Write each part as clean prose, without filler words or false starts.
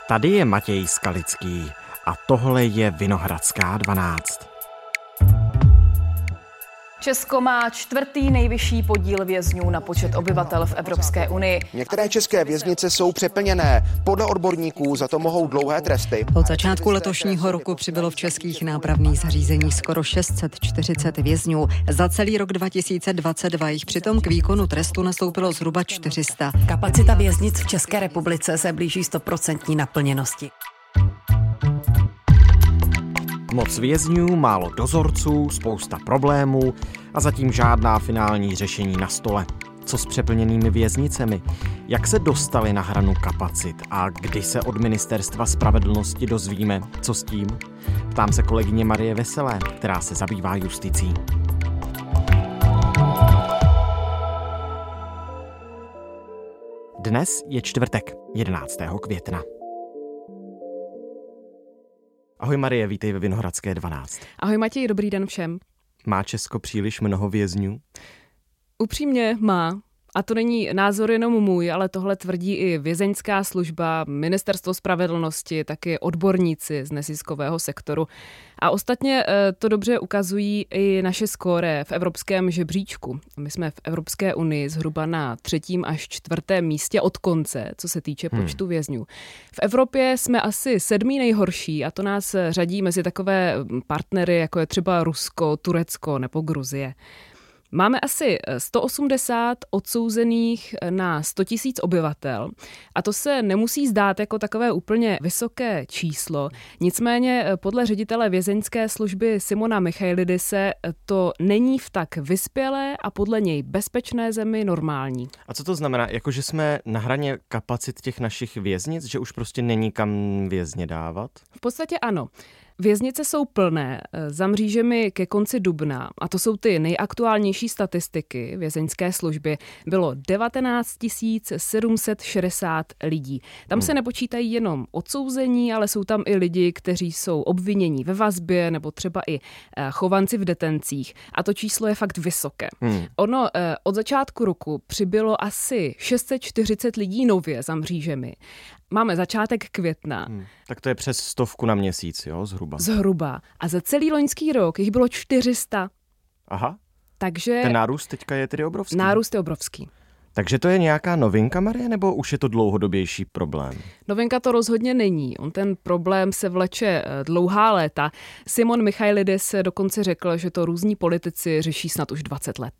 Tady je Matěj Skalický a tohle je Vinohradská 12. Česko má 4. nejvyšší podíl vězňů na počet obyvatel v Evropské unii. Některé české věznice jsou přeplněné. Podle odborníků za to mohou dlouhé tresty. Od začátku letošního roku přibylo v českých nápravných zařízeních skoro 640 vězňů. Za celý rok 2022 jich přitom k výkonu trestu nastoupilo zhruba 400. Kapacita věznic v České republice se blíží 100% naplněnosti. Moc vězňů, málo dozorců, spousta problémů a zatím žádná finální řešení na stole. Co s přeplněnými věznicemi? Jak se dostali na hranu kapacit a kdy se od Ministerstva spravedlnosti dozvíme, co s tím? Ptám se kolegyně Marie Veselé, která se zabývá justicí. Dnes je čtvrtek, 11. května. Ahoj Marie, vítej ve Vinohradské 12. Ahoj Matěj, dobrý den všem. Má Česko příliš mnoho vězňů? Upřímně má. A to není názor jenom můj, ale tohle tvrdí i vězeňská služba, Ministerstvo spravedlnosti, taky odborníci z neziskového sektoru. A ostatně to dobře ukazují i naše skóre v evropském žebříčku. My jsme v Evropské unii zhruba na 3. až 4. místě od konce, co se týče počtu vězňů. V Evropě jsme asi 7. nejhorší a to nás řadí mezi takové partnery, jako je třeba Rusko, Turecko nebo Gruzie. Máme asi 180 odsouzených na 100 000 obyvatel a to se nemusí zdát jako takové úplně vysoké číslo. Nicméně podle ředitele vězeňské služby Simona Michailidise to není v tak vyspělé a podle něj bezpečné zemi normální. A co to znamená? Jakože jsme na hraně kapacit těch našich věznic, že už prostě není kam vězně dávat? V podstatě ano. Věznice jsou plné za mřížemi ke konci dubna a to jsou ty nejaktuálnější statistiky vězeňské služby. Bylo 19 760 lidí. Tam se nepočítají jenom odsouzení, ale jsou tam i lidi, kteří jsou obvinění ve vazbě nebo třeba i chovanci v detencích. A to číslo je fakt vysoké. Ono od začátku roku přibylo asi 640 lidí nově za mřížemi. Máme začátek května. Tak to je přes 100 na měsíc, jo, zhruba. Zhruba. A za celý loňský rok jich bylo 400. Aha. Takže ten nárůst teďka je tedy obrovský. Nárůst je obrovský. Takže to je nějaká novinka, Marie, nebo už je to dlouhodobější problém? Novinka to rozhodně není. On ten problém se vleče dlouhá léta. Simon Michailidis dokonce řekl, že to různí politici řeší snad už 20 let.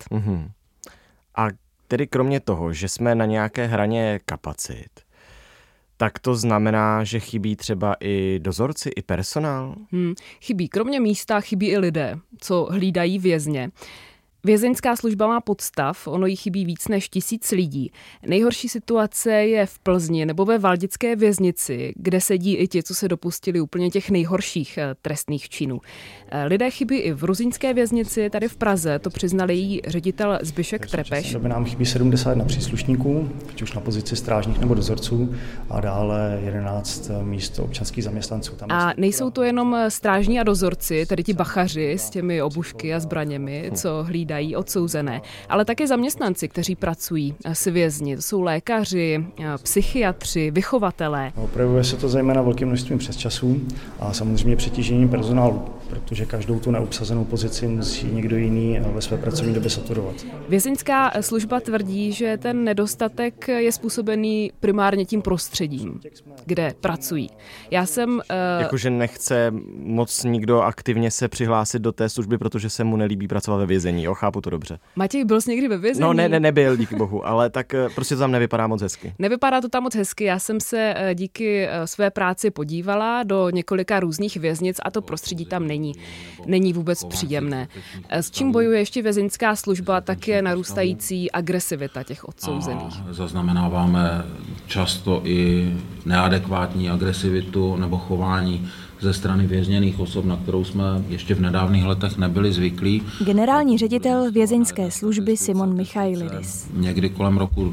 A tedy kromě toho, že jsme na nějaké hraně kapacit, tak to znamená, že chybí třeba i dozorci, i personál? Chybí. Kromě místa chybí i lidé, co hlídají vězně. Vězeňská služba má podstav, ono jí chybí víc než 1000 lidí. Nejhorší situace je v Plzni nebo ve Valdické věznici, kde sedí i ti, co se dopustili úplně těch nejhorších trestných činů. Lidé chybí i v Ruzyňské věznici, tady v Praze, to přiznal její ředitel Zbyšek Trepeš. V nám chybí 71 příslušníků, ať už na pozici strážních nebo dozorců, a dále 11 míst občanských zaměstnanců. A nejsou to jenom strážní a dozorci, tedy ti bachaři s těmi obušky a zbraněmi, co hlídají odsouzené, ale také zaměstnanci, kteří pracují s vězni. To jsou lékaři, psychiatři, vychovatelé. Projevuje se to zejména velkým množstvím přesčasů a samozřejmě přetížením personálu, protože každou tu neobsazenou pozici musí někdo jiný ve své pracovní době saturovat. Vězeňská služba tvrdí, že ten nedostatek je způsobený primárně tím prostředím, kde pracují. Já jsem... Jakože nechce moc nikdo aktivně se přihlásit do té služby, protože se mu nelíbí pracovat ve vězení, jo? Chápu to dobře. Matěj, byl jsi někdy ve vězení? No nebyl, díky bohu, ale tak prostě to tam nevypadá moc hezky. Nevypadá to tam moc hezky, já jsem se díky své práci podívala do několika různých věznic a to prostředí tam není vůbec příjemné. S čím bojuje ještě vězeňská služba, tak je narůstající agresivita těch odsouzených. Zaznamenáváme často i neadekvátní agresivitu nebo chování ze strany vězněných osob, na kterou jsme ještě v nedávných letech nebyli zvyklí. Generální ředitel vězeňské služby Simon Michailidis. Někdy kolem roku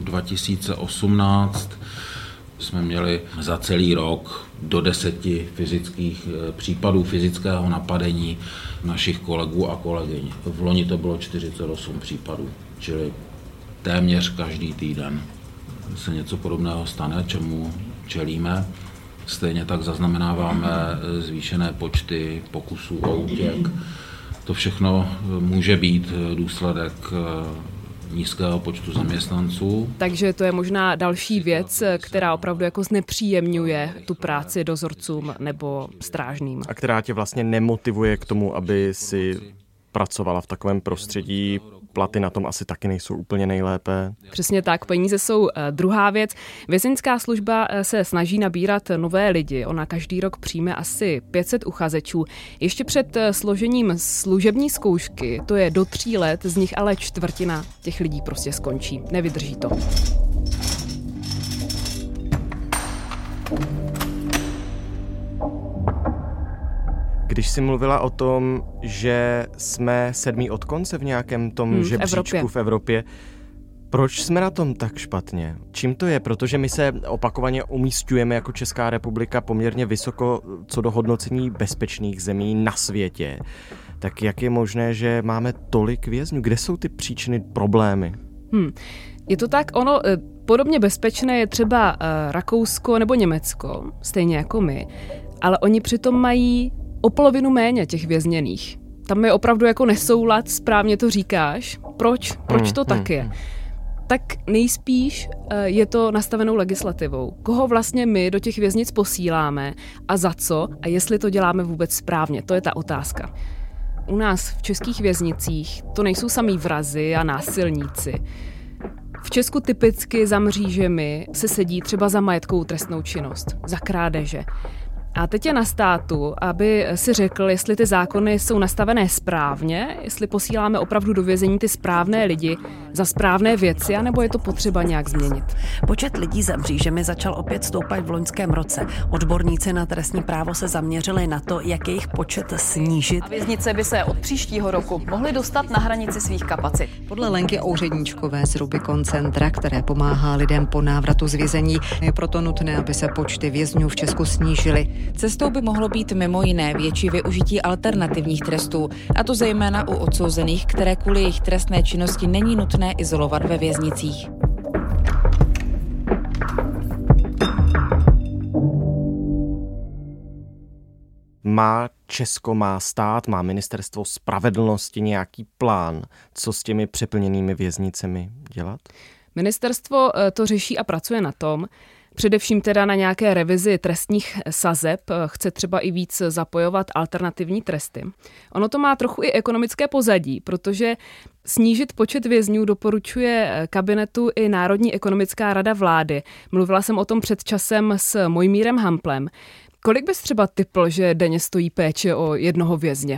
2018 jsme měli za celý rok do 10 případů fyzického napadení našich kolegů a kolegyň. V loni to bylo 48 případů, čili téměř každý týden se něco podobného stane, čemu čelíme. Stejně tak zaznamenáváme zvýšené počty pokusů o útěk. To všechno může být důsledek nízkého počtu zaměstnanců. Takže to je možná další věc, která opravdu jako znepříjemňuje tu práci dozorcům nebo strážným. A která tě vlastně nemotivuje k tomu, aby si pracovala v takovém prostředí. Platy na tom asi taky nejsou úplně nejlépe. Přesně tak, peníze jsou druhá věc. Vězeňská služba se snaží nabírat nové lidi. Ona každý rok přijme asi 500 uchazečů. Ještě před složením služební zkoušky, to je do 3 let, z nich ale čtvrtina těch lidí prostě skončí. Nevydrží to. Když jsi mluvila o tom, že jsme 7. od konce v nějakém tom žebříčku v Evropě, proč jsme na tom tak špatně? Čím to je? Protože my se opakovaně umísťujeme jako Česká republika poměrně vysoko co do hodnocení bezpečných zemí na světě. Tak jak je možné, že máme tolik vězňů? Kde jsou ty příčiny, problémy? Je to tak, ono podobně bezpečné je třeba Rakousko nebo Německo, stejně jako my, ale oni přitom mají o polovinu méně těch vězněných. Tam je opravdu jako nesoulad, správně to říkáš. Proč to tak je? Tak nejspíš je to nastavenou legislativou. Koho vlastně my do těch věznic posíláme a za co a jestli to děláme vůbec správně, to je ta otázka. U nás v českých věznicích to nejsou samí vrazi a násilníci. V Česku typicky za mřížemi se sedí třeba za majetkovou trestnou činnost, za krádeže. A teď je na státu, aby si řekl, jestli ty zákony jsou nastavené správně, jestli posíláme opravdu do vězení ty správné lidi za správné věci, anebo je to potřeba nějak změnit. Počet lidí za mřížemi začal opět stoupat v loňském roce. Odborníci na trestní právo se zaměřili na to, jak jejich počet snížit. A věznice by se od příštího roku mohly dostat na hranici svých kapacit. Podle Lenky Ouředníčkové z Rubicon Centra, které pomáhá lidem po návratu z vězení, je proto nutné, aby se počty vězňů v Česku snížily. Cestou by mohlo být mimo jiné větší využití alternativních trestů, a to zejména u odsouzených, které kvůli jejich trestné činnosti není nutné izolovat ve věznicích. Má Česko, má stát, má ministerstvo spravedlnosti nějaký plán, co s těmi přeplněnými věznicemi dělat? Ministerstvo to řeší a pracuje na tom, především teda na nějaké revizi trestních sazeb, chce třeba i víc zapojovat alternativní tresty. Ono to má trochu i ekonomické pozadí, protože snížit počet vězňů doporučuje kabinetu i Národní ekonomická rada vlády. Mluvila jsem o tom před časem s Mojmírem Hamplem. Kolik bys třeba tipl, že denně stojí péče o jednoho vězně?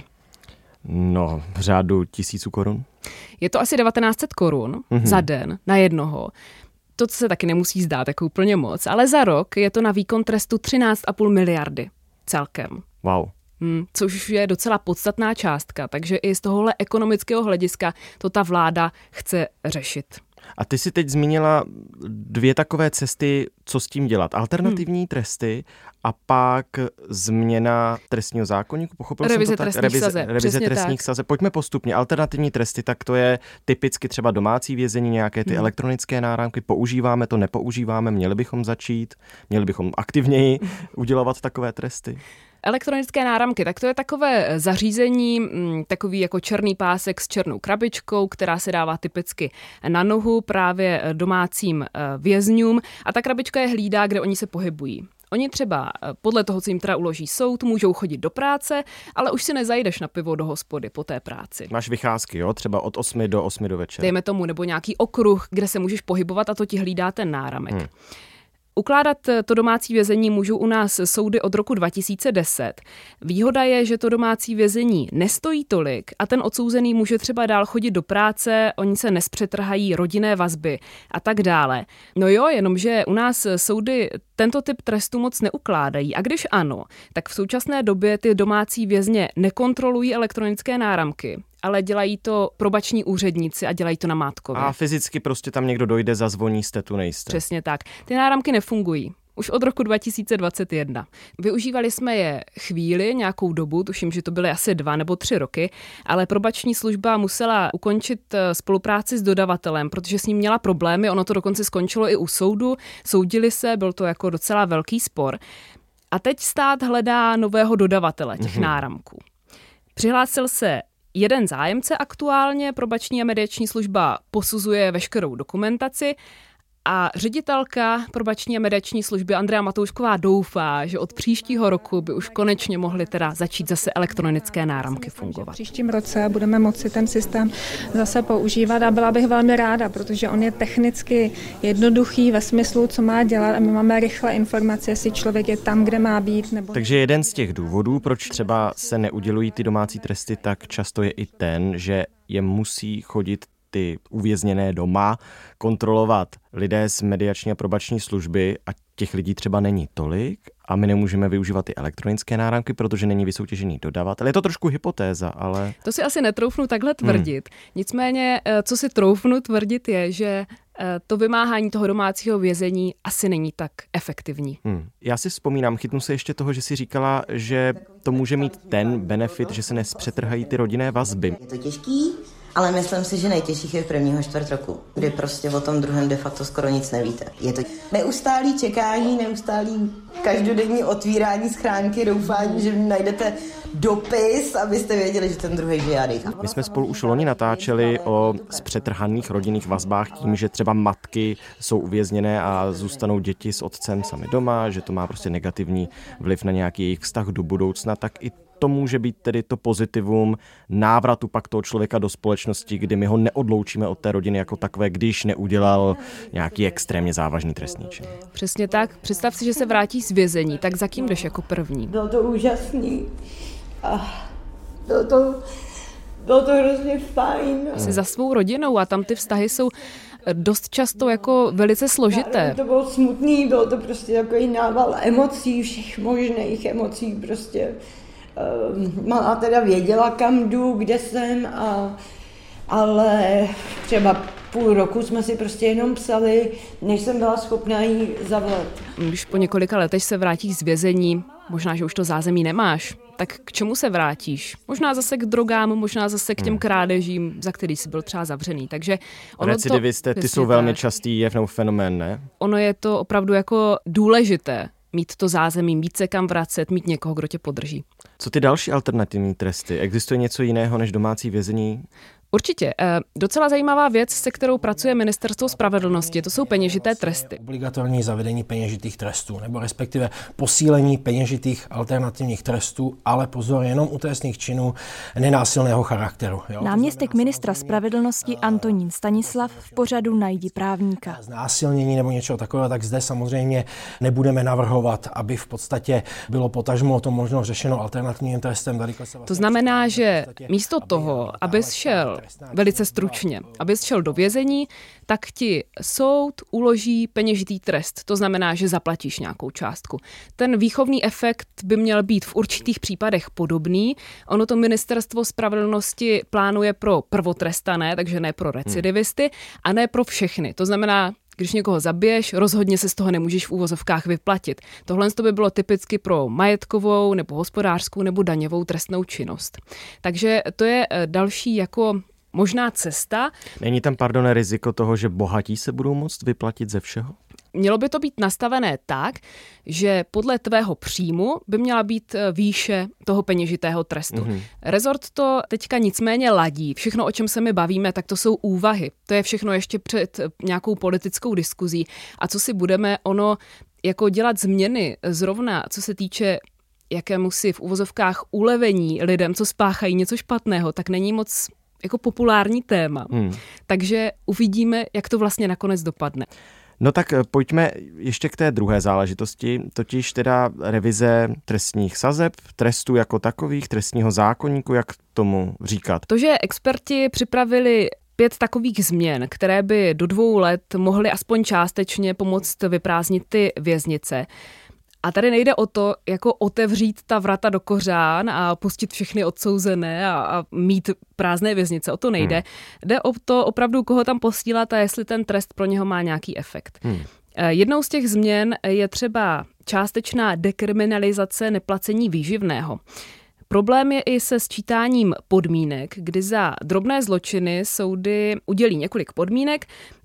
No, v řádu 1000 korun. Je to asi 1900 korun za den na jednoho. To se taky nemusí zdát jako úplně moc, ale za rok je to na výkon trestu 13,5 miliardy celkem. Wow. Což je docela podstatná částka, takže i z tohohle ekonomického hlediska to ta vláda chce řešit. A ty si teď zmínila 2 takové cesty, co s tím dělat. Alternativní tresty a pak změna trestního zákoníku. Pochopil jsem to tak? Revize trestních sazeb. Pojďme postupně. Alternativní tresty, tak to je typicky třeba domácí vězení, nějaké ty elektronické náramky. Používáme to, nepoužíváme, měli bychom začít, měli bychom aktivněji udělovat takové tresty. Elektronické náramky, tak to je takové zařízení, takový jako černý pásek s černou krabičkou, která se dává typicky na nohu právě domácím vězňům a ta krabička je hlídá, kde oni se pohybují. Oni třeba podle toho, co jim teda uloží soud, můžou chodit do práce, ale už si nezajdeš na pivo do hospody po té práci. Máš vycházky, jo? Třeba od 8 do 8 do večera. Dejme tomu, nebo nějaký okruh, kde se můžeš pohybovat a to ti hlídá ten náramek. Ukládat to domácí vězení můžou u nás soudy od roku 2010. Výhoda je, že to domácí vězení nestojí tolik a ten odsouzený může třeba dál chodit do práce, oni se nespřetrhají rodinné vazby a tak dále. No jo, jenomže u nás soudy tento typ trestu moc neukládají a když ano, tak v současné době ty domácí vězně nekontrolují elektronické náramky, ale dělají to probační úředníci a dělají to namátkově. A fyzicky prostě tam někdo dojde, zazvoní, jste tu, nejste. Přesně tak. Ty náramky nefungují. Už od roku 2021. Využívali jsme je chvíli, nějakou dobu, tuším, že to byly asi 2 nebo 3 roky, ale probační služba musela ukončit spolupráci s dodavatelem, protože s ním měla problémy, ono to dokonce skončilo i u soudu, soudili se, byl to jako docela velký spor. A teď stát hledá nového dodavatele těch náramků. Přihlásil se jeden zájemce aktuálně, Probační a mediační služba posuzuje veškerou dokumentaci a ředitelka Probační a mediační služby Andrea Matoušková doufá, že od příštího roku by už konečně mohly teda začít zase elektronické náramky fungovat. V příštím roce budeme moci ten systém zase používat a byla bych velmi ráda, protože on je technicky jednoduchý ve smyslu, co má dělat a my máme rychle informace, jestli člověk je tam, kde má být. Nebo... Takže jeden z těch důvodů, proč třeba se neudělují ty domácí tresty, tak často je i ten, že je musí chodit ty uvězněné doma, kontrolovat lidé z mediační a probační služby a těch lidí třeba není tolik a my nemůžeme využívat ty elektronické náramky, protože není vysoutěžený dodavatel. Je to trošku hypotéza, ale... To si asi netroufnu takhle tvrdit. Nicméně, co si troufnu tvrdit je, že to vymáhání toho domácího vězení asi není tak efektivní. Já si vzpomínám, chytnu se ještě toho, že si říkala, že to může mít ten benefit, že se nepřetrhají ty rodinné vazby. Je to těžký, ale myslím si, že nejtěžší je v prvního čtvrt roku, kdy prostě o tom druhém de facto skoro nic nevíte. Je to neustálý čekání, neustálý každodenní otvírání schránky, doufání, že najdete dopis, abyste věděli, že ten druhý žije a dýchá. My jsme spolu už loni natáčeli o zpřetrhaných rodinných vazbách tím, že třeba matky jsou uvězněné a zůstanou děti s otcem sami doma, že to má prostě negativní vliv na nějaký jejich vztah do budoucna, tak i to může být tedy to pozitivum návratu pak toho člověka do společnosti, kdy my ho neodloučíme od té rodiny jako takové, když neudělal nějaký extrémně závažný trestný čin. Přesně tak. Představ si, že se vrátí z vězení, tak za kým jdeš jako první? Bylo to úžasný. Bylo to hrozně fajn. Jsi za svou rodinou a tam ty vztahy jsou dost často jako velice složité. To bylo smutný, bylo to prostě takový nával emocí, všech možných emocí prostě. Malá teda věděla, kam jdu, kde jsem, ale třeba půl roku jsme si prostě jenom psali, než jsem byla schopná jí zavolat. Když po několika letech se vrátíš z vězení, možná, že už to zázemí nemáš, tak k čemu se vrátíš? Možná zase k drogám, možná zase k těm krádežím, za který jsi byl třeba zavřený. Takže recidivisté, ty jsou velmi častý jev nebo fenomén, ne? Ono je to opravdu jako důležité mít to zázemí, mít se kam vracet, mít někoho, kdo tě podrží. Co ty další alternativní tresty? Existuje něco jiného než domácí vězení? Určitě. Docela zajímavá věc, se kterou pracuje Ministerstvo spravedlnosti, to jsou peněžité tresty. Obligatorní zavedení peněžitých trestů, nebo respektive posílení peněžitých alternativních trestů, ale pozor, jenom u trestných činů nenásilného charakteru. Jo? Náměstek ministra spravedlnosti Antonín Stanislav v pořadu Najdi právníka. Znásilnění nebo něčeho takového, tak zde samozřejmě nebudeme navrhovat, aby v podstatě bylo potažmo to možno řešeno alternativním trestem. To znamená, že místo toho, abys šel velice stručně, abys šel do vězení, tak ti soud uloží peněžitý trest. To znamená, že zaplatíš nějakou částku. Ten výchovný efekt by měl být v určitých případech podobný. Ono to Ministerstvo spravedlnosti plánuje pro prvotrestané, takže ne pro recidivisty, a ne pro všechny. To znamená, když někoho zabiješ, rozhodně se z toho nemůžeš v úvozovkách vyplatit. Tohle by bylo typicky pro majetkovou nebo hospodářskou nebo daňovou trestnou činnost. Takže to je další jako možná cesta. Není tam, riziko toho, že bohatí se budou moct vyplatit ze všeho? Mělo by to být nastavené tak, že podle tvého příjmu by měla být výše toho peněžitého trestu. Rezort to teďka nicméně ladí. Všechno, o čem se my bavíme, tak to jsou úvahy. To je všechno ještě před nějakou politickou diskuzí. A co si budeme, ono jako dělat změny zrovna, co se týče jakému si v uvozovkách ulevení lidem, co spáchají něco špatného, tak není moc jako populární téma. Takže uvidíme, jak to vlastně nakonec dopadne. No tak pojďme ještě k té druhé záležitosti, totiž teda revize trestních sazeb, trestů jako takových, trestního zákoníku, jak tomu říkat. To, že experti připravili 5 takových změn, které by do 2 let mohly aspoň částečně pomoct vyprázdnit ty věznice. A tady nejde o to, jako otevřít ta vrata do kořán a pustit všechny odsouzené a mít prázdné věznice. O to nejde. Jde o to opravdu, koho tam posílat a jestli ten trest pro něho má nějaký efekt. Jednou z těch změn je třeba částečná dekriminalizace neplacení výživného. Problém je i se sčítáním podmínek, kdy za drobné zločiny soudy udělí několik podmínek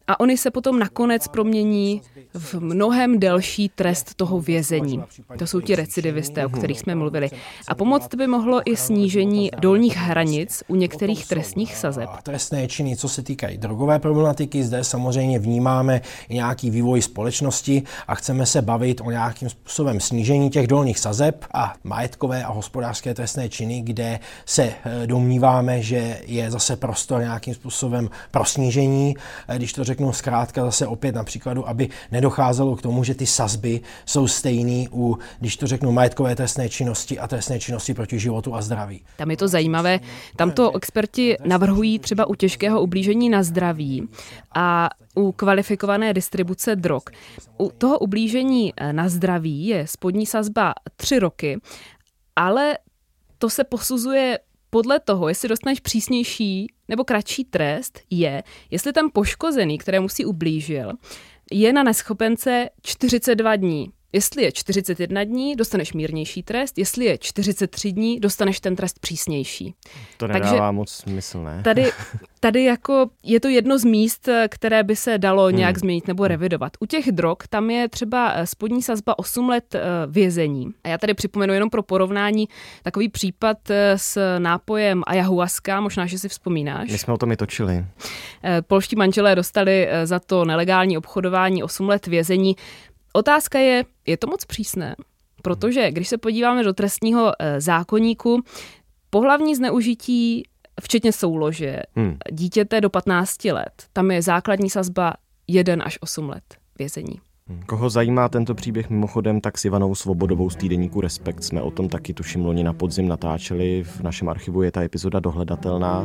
a oni se potom nakonec promění v mnohem delší trest toho vězení. To jsou ti recidivisté, o kterých jsme mluvili. A pomoct by mohlo i snížení dolních hranic u některých trestních sazeb. Trestné činy, co se týkají drogové problematiky, zde samozřejmě vnímáme i nějaký vývoj společnosti a chceme se bavit o nějakým způsobem snížení těch dolních sazeb a majetkové a hospodářské trestné činy, kde se domníváme, že je zase prostor nějakým způsobem pro snížení. Když to řeknu zkrátka zase opět na příkladu, aby nedocházelo k tomu, že ty sazby jsou stejný u, když to řeknu, majetkové trestné činnosti a trestné činnosti proti životu a zdraví. Tam je to zajímavé. Tam to experti navrhují třeba u těžkého ublížení na zdraví a u kvalifikované distribuce drog. U toho ublížení na zdraví je spodní sazba 3 roky, ale to se posuzuje podle toho, jestli dostaneš přísnější nebo kratší trest, je, jestli ten poškozený, kterému si ublížil, je na neschopence 42 dní. Jestli je 41 dní, dostaneš mírnější trest, jestli je 43 dní, dostaneš ten trest přísnější. To nedává moc smysl, ne? Tady jako je to jedno z míst, které by se dalo nějak změnit nebo revidovat. U těch drog tam je třeba spodní sazba 8 let vězení. A já tady připomenu jenom pro porovnání takový případ s nápojem ayahuasca, možná, že si vzpomínáš. My jsme o tom i točili. Polští manželé dostali za to nelegální obchodování 8 let vězení. Otázka je to moc přísné? Protože když se podíváme do trestního zákoníku, pohlavní zneužití, včetně soulože, dítěte do 15 let, tam je základní sazba 1 až 8 let vězení. Koho zajímá tento příběh mimochodem, tak s Ivanou Svobodovou z týdeníku Respekt jsme o tom taky tuším loni na podzim natáčeli. V našem archivu je ta epizoda dohledatelná.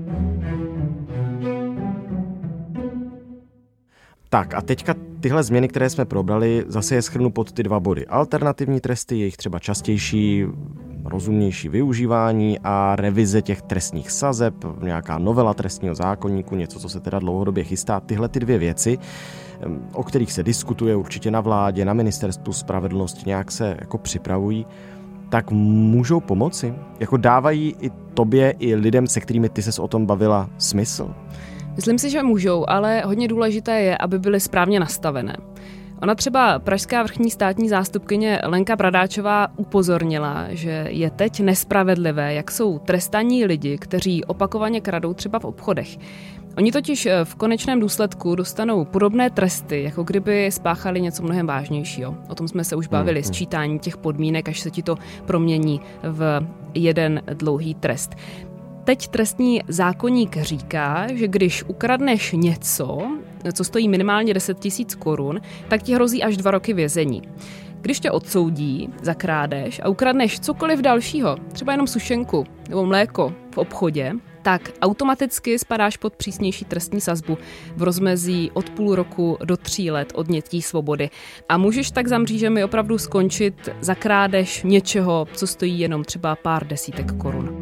Tak a teďka tyhle změny, které jsme probrali, zase je shrnu pod ty 2 body. Alternativní tresty, jejich třeba častější, rozumnější využívání a revize těch trestních sazeb, nějaká novela trestního zákoníku, něco, co se teda dlouhodobě chystá. Tyhle ty 2 věci, o kterých se diskutuje určitě na vládě, na ministerstvu spravedlnosti, nějak se jako připravují, tak můžou pomoci? Jako dávají i tobě, i lidem, se kterými ty ses o tom bavila, smysl? Myslím si, že můžou, ale hodně důležité je, aby byly správně nastavené. Ona třeba pražská vrchní státní zástupkyně Lenka Bradáčová upozornila, že je teď nespravedlivé, jak jsou trestaní lidi, kteří opakovaně kradou třeba v obchodech. Oni totiž v konečném důsledku dostanou podobné tresty, jako kdyby spáchali něco mnohem vážnějšího. O tom jsme se už bavili, sčítání těch podmínek, až se ti to promění v jeden dlouhý trest. Teď trestní zákoník říká, že když ukradneš něco, co stojí minimálně 10 000 korun, tak ti hrozí až 2 roky vězení. Když tě odsoudí za krádež a ukradneš cokoliv dalšího, třeba jenom sušenku nebo mléko v obchodě, tak automaticky spadáš pod přísnější trestní sazbu v rozmezí od půl roku do 3 let odnětí svobody. A můžeš tak za mřížemi opravdu skončit za krádež něčeho, co stojí jenom třeba pár desítek korun.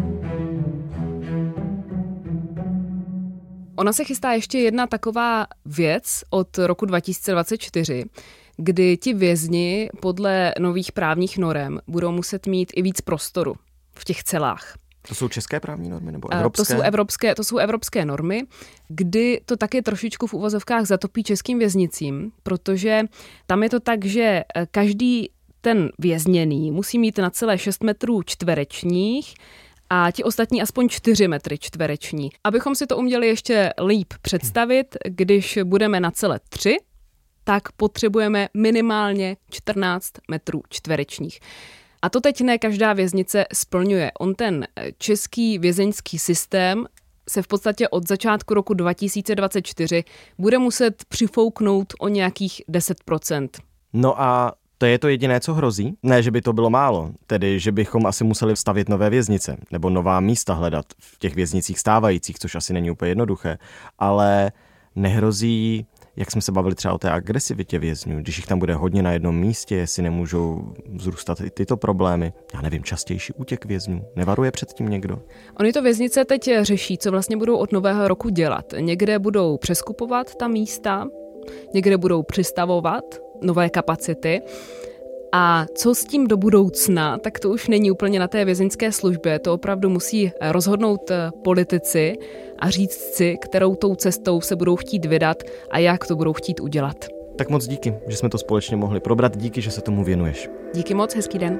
Ona se chystá ještě jedna taková věc od roku 2024, kdy ti vězni podle nových právních norem budou muset mít i víc prostoru v těch celách. To jsou české právní normy nebo evropské? To jsou evropské normy, kdy to taky trošičku v uvozovkách zatopí českým věznicím, protože tam je to tak, že každý ten vězněný musí mít na celé 6 metrů čtverečních a ti ostatní aspoň 4 metry čtvereční. Abychom si to uměli ještě líp představit, když budeme na celé 3, tak potřebujeme minimálně 14 metrů čtverečních. A to teď ne každá věznice splňuje. On ten český vězeňský systém se v podstatě od začátku roku 2024 bude muset přifouknout o nějakých 10%. No a to je to jediné, co hrozí? Ne, že by to bylo málo, tedy že bychom asi museli stavět nové věznice nebo nová místa hledat v těch věznicích stávajících, což asi není úplně jednoduché, ale nehrozí, jak jsme se bavili třeba o té agresivitě vězňů, když jich tam bude hodně na jednom místě, jestli nemůžou vzrůstat i tyto problémy. Já nevím, častější útěk vězňů. Nevaruje před tím někdo? Oni to věznice teď řeší, co vlastně budou od nového roku dělat. Někde budou přeskupovat ta místa, někde budou přistavovat nové kapacity. A co s tím do budoucna, tak to už není úplně na té vězeňské službě. To opravdu musí rozhodnout politici a říct si, kterou tou cestou se budou chtít vydat a jak to budou chtít udělat. Tak moc díky, že jsme to společně mohli probrat. Díky, že se tomu věnuješ. Díky moc, hezký den.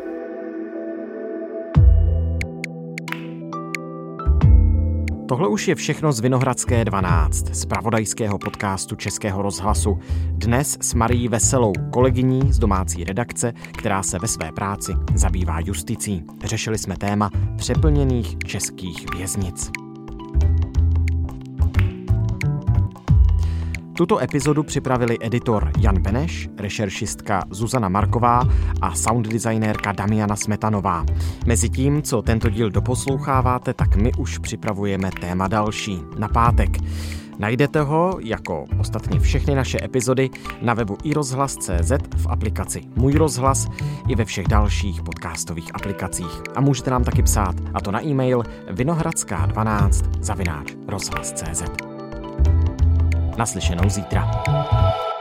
Tohle už je všechno z Vinohradské 12, z zpravodajského podcastu Českého rozhlasu. Dnes s Marií Veselou, kolegyní z domácí redakce, která se ve své práci zabývá justicí. Řešili jsme téma přeplněných českých věznic. Tuto epizodu připravili editor Jan Beneš, rešeršistka Zuzana Marková a sounddesignérka Damiana Smetanová. Mezitím, co tento díl doposloucháváte, tak my už připravujeme téma další, na pátek. Najdete ho, jako ostatně všechny naše epizody, na webu iRozhlas.cz, v aplikaci Můj rozhlas i ve všech dalších podcastových aplikacích. A můžete nám taky psát, a to na e-mail vinohradská12@rozhlas.cz. Naslyšenou zítra.